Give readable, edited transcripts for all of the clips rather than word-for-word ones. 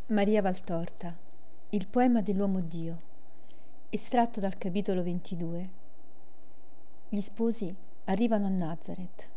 Maria Valtorta, il poema dell'uomo Dio, estratto dal capitolo 22. Gli sposi arrivano a Nazareth.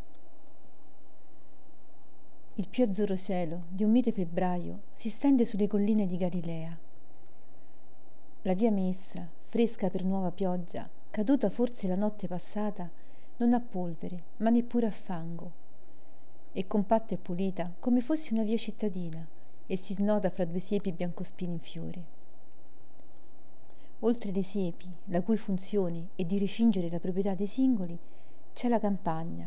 Il più azzurro cielo di un mite febbraio si stende sulle colline di Galilea. La via Mestra, fresca per nuova pioggia, caduta forse la notte passata, non ha polvere, ma neppure ha fango. È compatta e pulita come fosse una via cittadina, e si snoda fra due siepi biancospini in fiore. Oltre le siepi, la cui funzione è di recingere la proprietà dei singoli, c'è la campagna.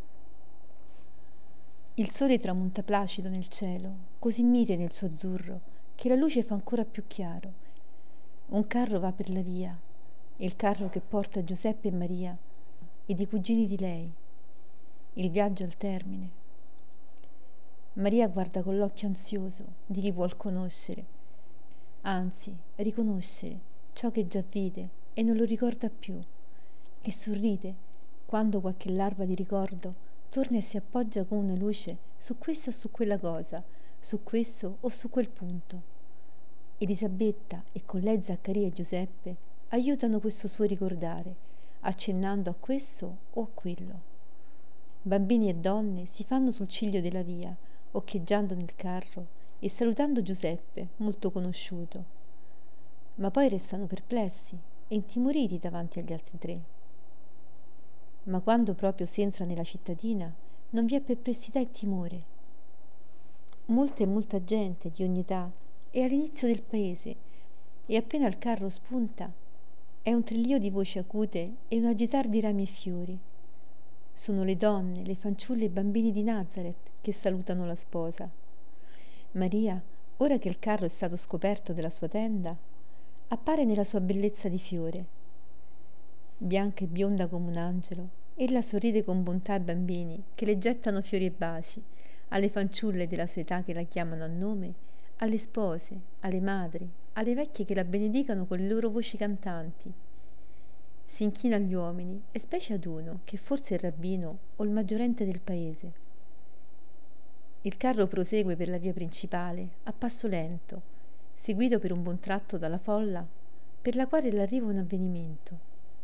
Il sole tramonta placido nel cielo, così mite nel suo azzurro, che la luce fa ancora più chiaro. Un carro va per la via, il carro che porta Giuseppe e Maria ed i cugini di lei. Il viaggio al termine. Maria guarda con l'occhio ansioso di chi vuol conoscere, anzi riconoscere ciò che già vide e non lo ricorda più, e sorride quando qualche larva di ricordo torna e si appoggia con una luce su questa o su quella cosa, su questo o su quel punto. Elisabetta e con lei Zaccaria e Giuseppe aiutano questo suo ricordare, accennando a questo o a quello. Bambini e donne si fanno sul ciglio della via, occhieggiando nel carro e salutando Giuseppe, molto conosciuto. Ma poi restano perplessi e intimoriti davanti agli altri tre. Ma quando proprio si entra nella cittadina, non vi è perplessità e timore. Molta gente di ogni età è all'inizio del paese e appena il carro spunta è un trillio di voci acute e un agitar di rami e fiori. Sono le donne, le fanciulle e i bambini di Nazareth che salutano la sposa. Maria, ora che il carro è stato scoperto della sua tenda, appare nella sua bellezza di fiore. Bianca e bionda come un angelo, ella sorride con bontà ai bambini che le gettano fiori e baci, alle fanciulle della sua età che la chiamano a nome, alle spose, alle madri, alle vecchie che la benedicano con le loro voci cantanti. Si inchina agli uomini, e specie ad uno, che forse è il rabbino o il maggiorente del paese. Il carro prosegue per la via principale, a passo lento, seguito per un buon tratto dalla folla, per la quale l'arrivo è un avvenimento.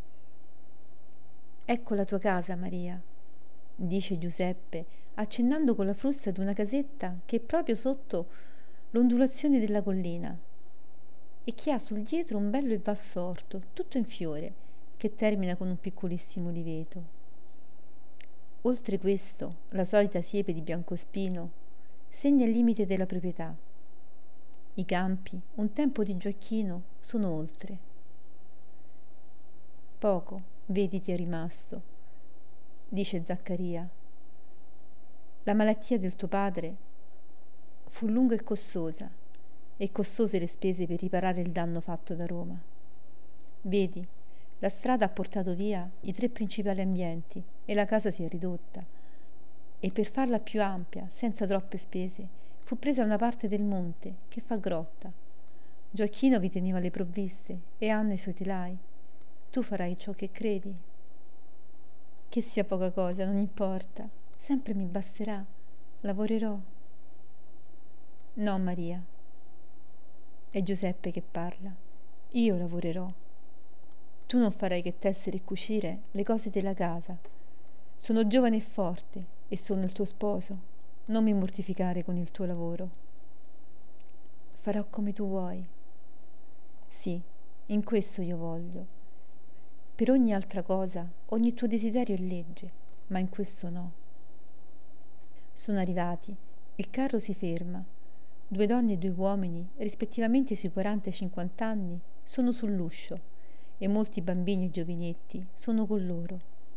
«Ecco la tua casa, Maria», dice Giuseppe, accennando con la frusta ad una casetta che è proprio sotto l'ondulazione della collina e che ha sul dietro un bello e vasto orto, tutto in fiore, che termina con un piccolissimo oliveto. Oltre questo, la solita siepe di biancospino segna il limite della proprietà. I campi, un tempo di Gioacchino, sono oltre. Poco, vedi, ti è rimasto, dice Zaccaria. La malattia del tuo padre fu lunga e costose le spese per riparare il danno fatto da Roma. Vedi, la strada ha portato via i tre principali ambienti e la casa si è ridotta. E per farla più ampia, senza troppe spese, fu presa una parte del monte che fa grotta. Gioacchino vi teneva le provviste e Anna i suoi telai. Tu farai ciò che credi. Che sia poca cosa, non importa. Sempre mi basterà. Lavorerò. No, Maria. È Giuseppe che parla. Io lavorerò. Tu non farai che tessere e cucire le cose della casa. Sono giovane e forte e sono il tuo sposo. Non mi mortificare con il tuo lavoro. Farò come tu vuoi. Sì, in questo io voglio. Per ogni altra cosa, ogni tuo desiderio è legge, ma in questo no. Sono arrivati. Il carro si ferma. 2 donne e 2 uomini, rispettivamente sui 40 e 50 anni, sono sull'uscio. E molti bambini e giovinetti sono con loro.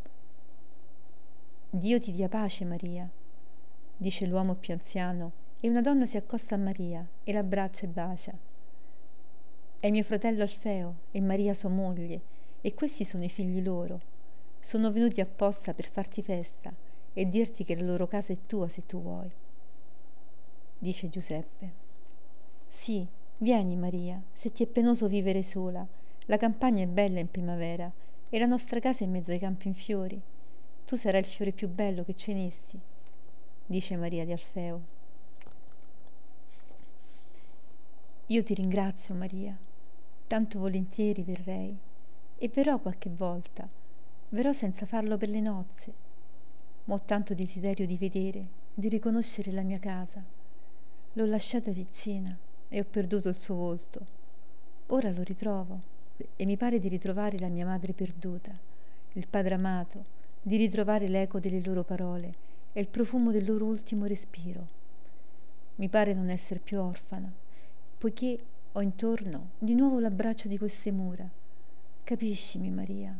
Dio ti dia pace, Maria, dice l'uomo più anziano, e una donna si accosta a Maria e l'abbraccia e bacia. È mio fratello Alfeo e Maria sua moglie, e questi sono i figli loro. Sono venuti apposta per farti festa e dirti che la loro casa è tua se tu vuoi, dice Giuseppe. Sì, vieni, Maria, se ti è penoso vivere sola. La campagna è bella in primavera e la nostra casa è in mezzo ai campi in fiori. Tu sarai il fiore più bello che ce n'essi, dice Maria di Alfeo. Io ti ringrazio, Maria. Tanto volentieri verrei. E verrò qualche volta. Verrò senza farlo per le nozze. Ma ho tanto desiderio di vedere, di riconoscere la mia casa. L'ho lasciata piccina e ho perduto il suo volto. Ora lo ritrovo e mi pare di ritrovare la mia madre perduta, il padre amato, di ritrovare l'eco delle loro parole e il profumo del loro ultimo respiro. Mi pare non essere più orfana, poiché ho intorno di nuovo l'abbraccio di queste mura. Capiscimi, Maria.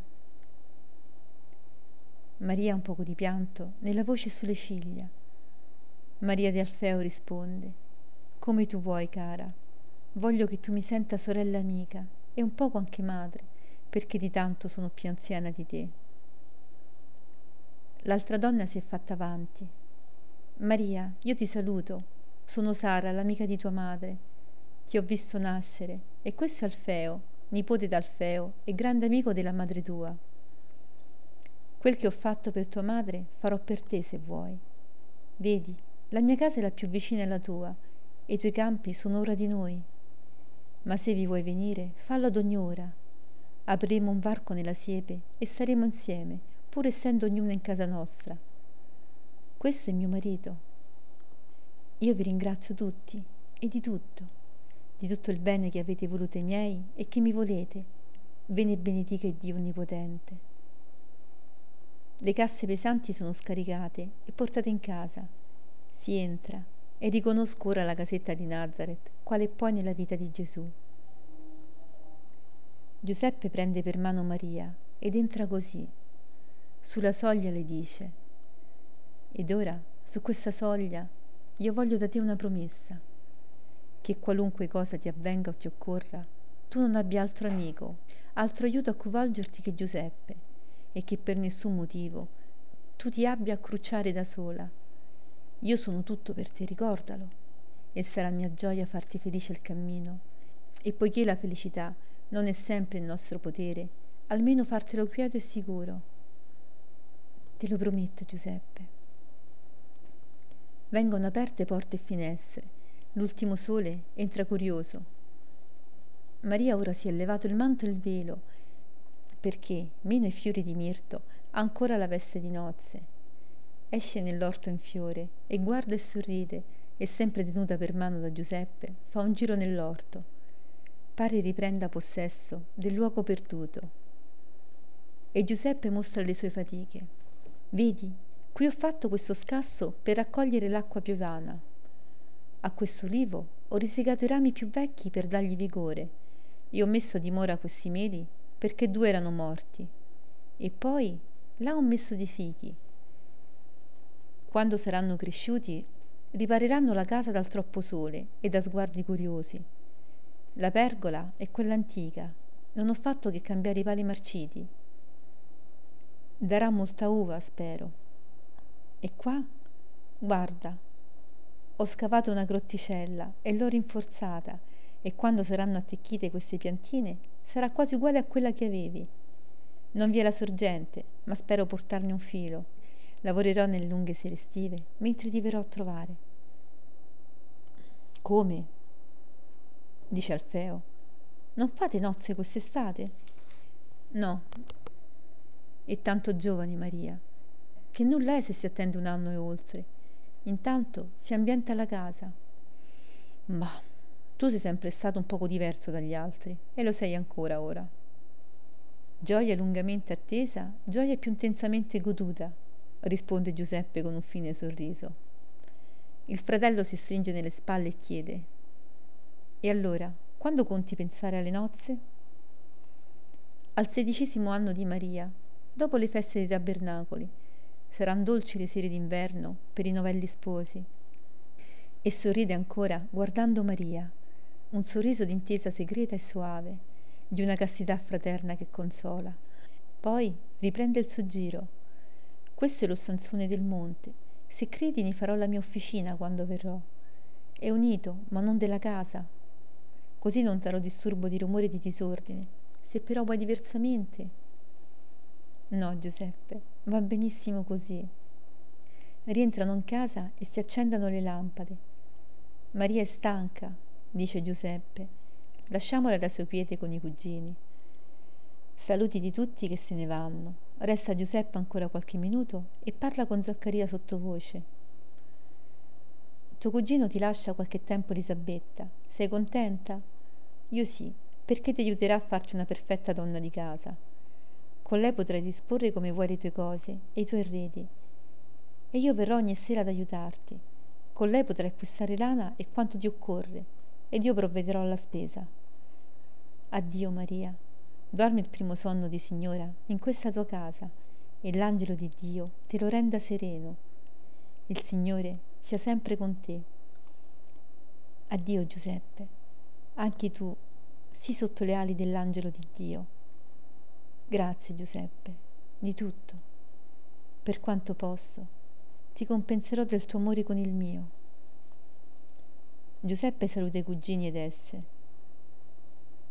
Maria ha un poco di pianto nella voce e sulle ciglia. Maria di Alfeo risponde: come tu vuoi, cara. Voglio che tu mi senta sorella amica e un poco anche madre, perché di tanto sono più anziana di te. L'altra donna si è fatta avanti. Maria, io ti saluto. Sono Sara, l'amica di tua madre. Ti ho visto nascere e questo è Alfeo, nipote d'Alfeo e grande amico della madre tua. Quel che ho fatto per tua madre farò per te se vuoi. Vedi, la mia casa è la più vicina alla tua e i tuoi campi sono ora di noi. Ma se vi vuoi venire, fallo ad ogni ora. Apriremo un varco nella siepe e staremo insieme, pur essendo ognuno in casa nostra. Questo è mio marito. Io vi ringrazio tutti e di tutto il bene che avete voluto ai miei e che mi volete. Ve ne benedica il Dio Onnipotente. Le casse pesanti sono scaricate e portate in casa. Si entra e riconosco ora la casetta di Nazareth, quale poi nella vita di Gesù. Giuseppe prende per mano Maria ed entra così. Sulla soglia le dice: ed ora, su questa soglia, io voglio da te una promessa, che qualunque cosa ti avvenga o ti occorra, tu non abbia altro amico, altro aiuto a cui volgerti che Giuseppe, e che per nessun motivo tu ti abbia a crucciare da sola. Io sono tutto per te, ricordalo, e sarà mia gioia farti felice il cammino, e poiché la felicità non è sempre in nostro potere, almeno fartelo quieto e sicuro. Te lo prometto, Giuseppe. Vengono aperte porte e finestre. L'ultimo sole entra curioso. Maria ora si è levato il manto e il velo, perché, meno i fiori di mirto, ha ancora la veste di nozze. Esce nell'orto in fiore e guarda e sorride, e sempre tenuta per mano da Giuseppe, fa un giro nell'orto. Pare riprenda possesso del luogo perduto. E Giuseppe mostra le sue fatiche. Vedi, qui ho fatto questo scasso per raccogliere l'acqua piovana. A questo olivo ho risegato i rami più vecchi per dargli vigore e ho messo a dimora questi meli perché 2 erano morti. E poi là ho messo dei fichi. Quando saranno cresciuti, ripareranno la casa dal troppo sole e da sguardi curiosi. La pergola è quella antica, non ho fatto che cambiare i pali marciti. Darà molta uva, spero. E qua, guarda, ho scavato una grotticella e l'ho rinforzata, e quando saranno attecchite queste piantine sarà quasi uguale a quella che avevi. Non vi è la sorgente, ma spero portarne un filo. Lavorerò nelle lunghe sere estive mentre ti verrò a trovare. Come? Dice Alfeo. Non fate nozze quest'estate? No. È tanto giovane, Maria, che nulla è se si attende 1 anno e oltre. Intanto si ambienta la casa. Ma tu sei sempre stato un poco diverso dagli altri e lo sei ancora ora. Gioia lungamente attesa, gioia più intensamente goduta, risponde Giuseppe con un fine sorriso. Il fratello si stringe nelle spalle e chiede: e allora, quando conti pensare alle nozze? Al 16° anno di Maria, dopo le feste dei tabernacoli. Saran dolci le sere d'inverno per i novelli sposi. E sorride ancora guardando Maria, un sorriso d'intesa segreta e soave, di una castità fraterna che consola. Poi riprende il suo giro. Questo è lo stanzone del monte. Se credi ne farò la mia officina quando verrò. È unito, ma non della casa. Così non darò disturbo di rumore e di disordine. Se però vuoi diversamente... No, Giuseppe, va benissimo così. Rientrano in casa e si accendono le lampade. Maria è stanca, dice Giuseppe. Lasciamola alla sua quiete con i cugini. Saluti di tutti che se ne vanno. Resta Giuseppe ancora qualche minuto e parla con Zaccaria sottovoce. Tuo cugino ti lascia qualche tempo Elisabetta. Sei contenta? Io sì, perché ti aiuterà a farti una perfetta donna di casa. Con lei potrai disporre come vuoi le tue cose e i tuoi arredi. E io verrò ogni sera ad aiutarti. Con lei potrai acquistare lana e quanto ti occorre, ed io provvederò alla spesa. Addio Maria, dormi il primo sonno di signora in questa tua casa, e l'angelo di Dio te lo renda sereno. Il Signore sia sempre con te. Addio Giuseppe, anche tu sii sotto le ali dell'angelo di Dio. Grazie Giuseppe, di tutto. Per quanto posso, ti compenserò del tuo amore con il mio. Giuseppe saluta i cugini ed esce.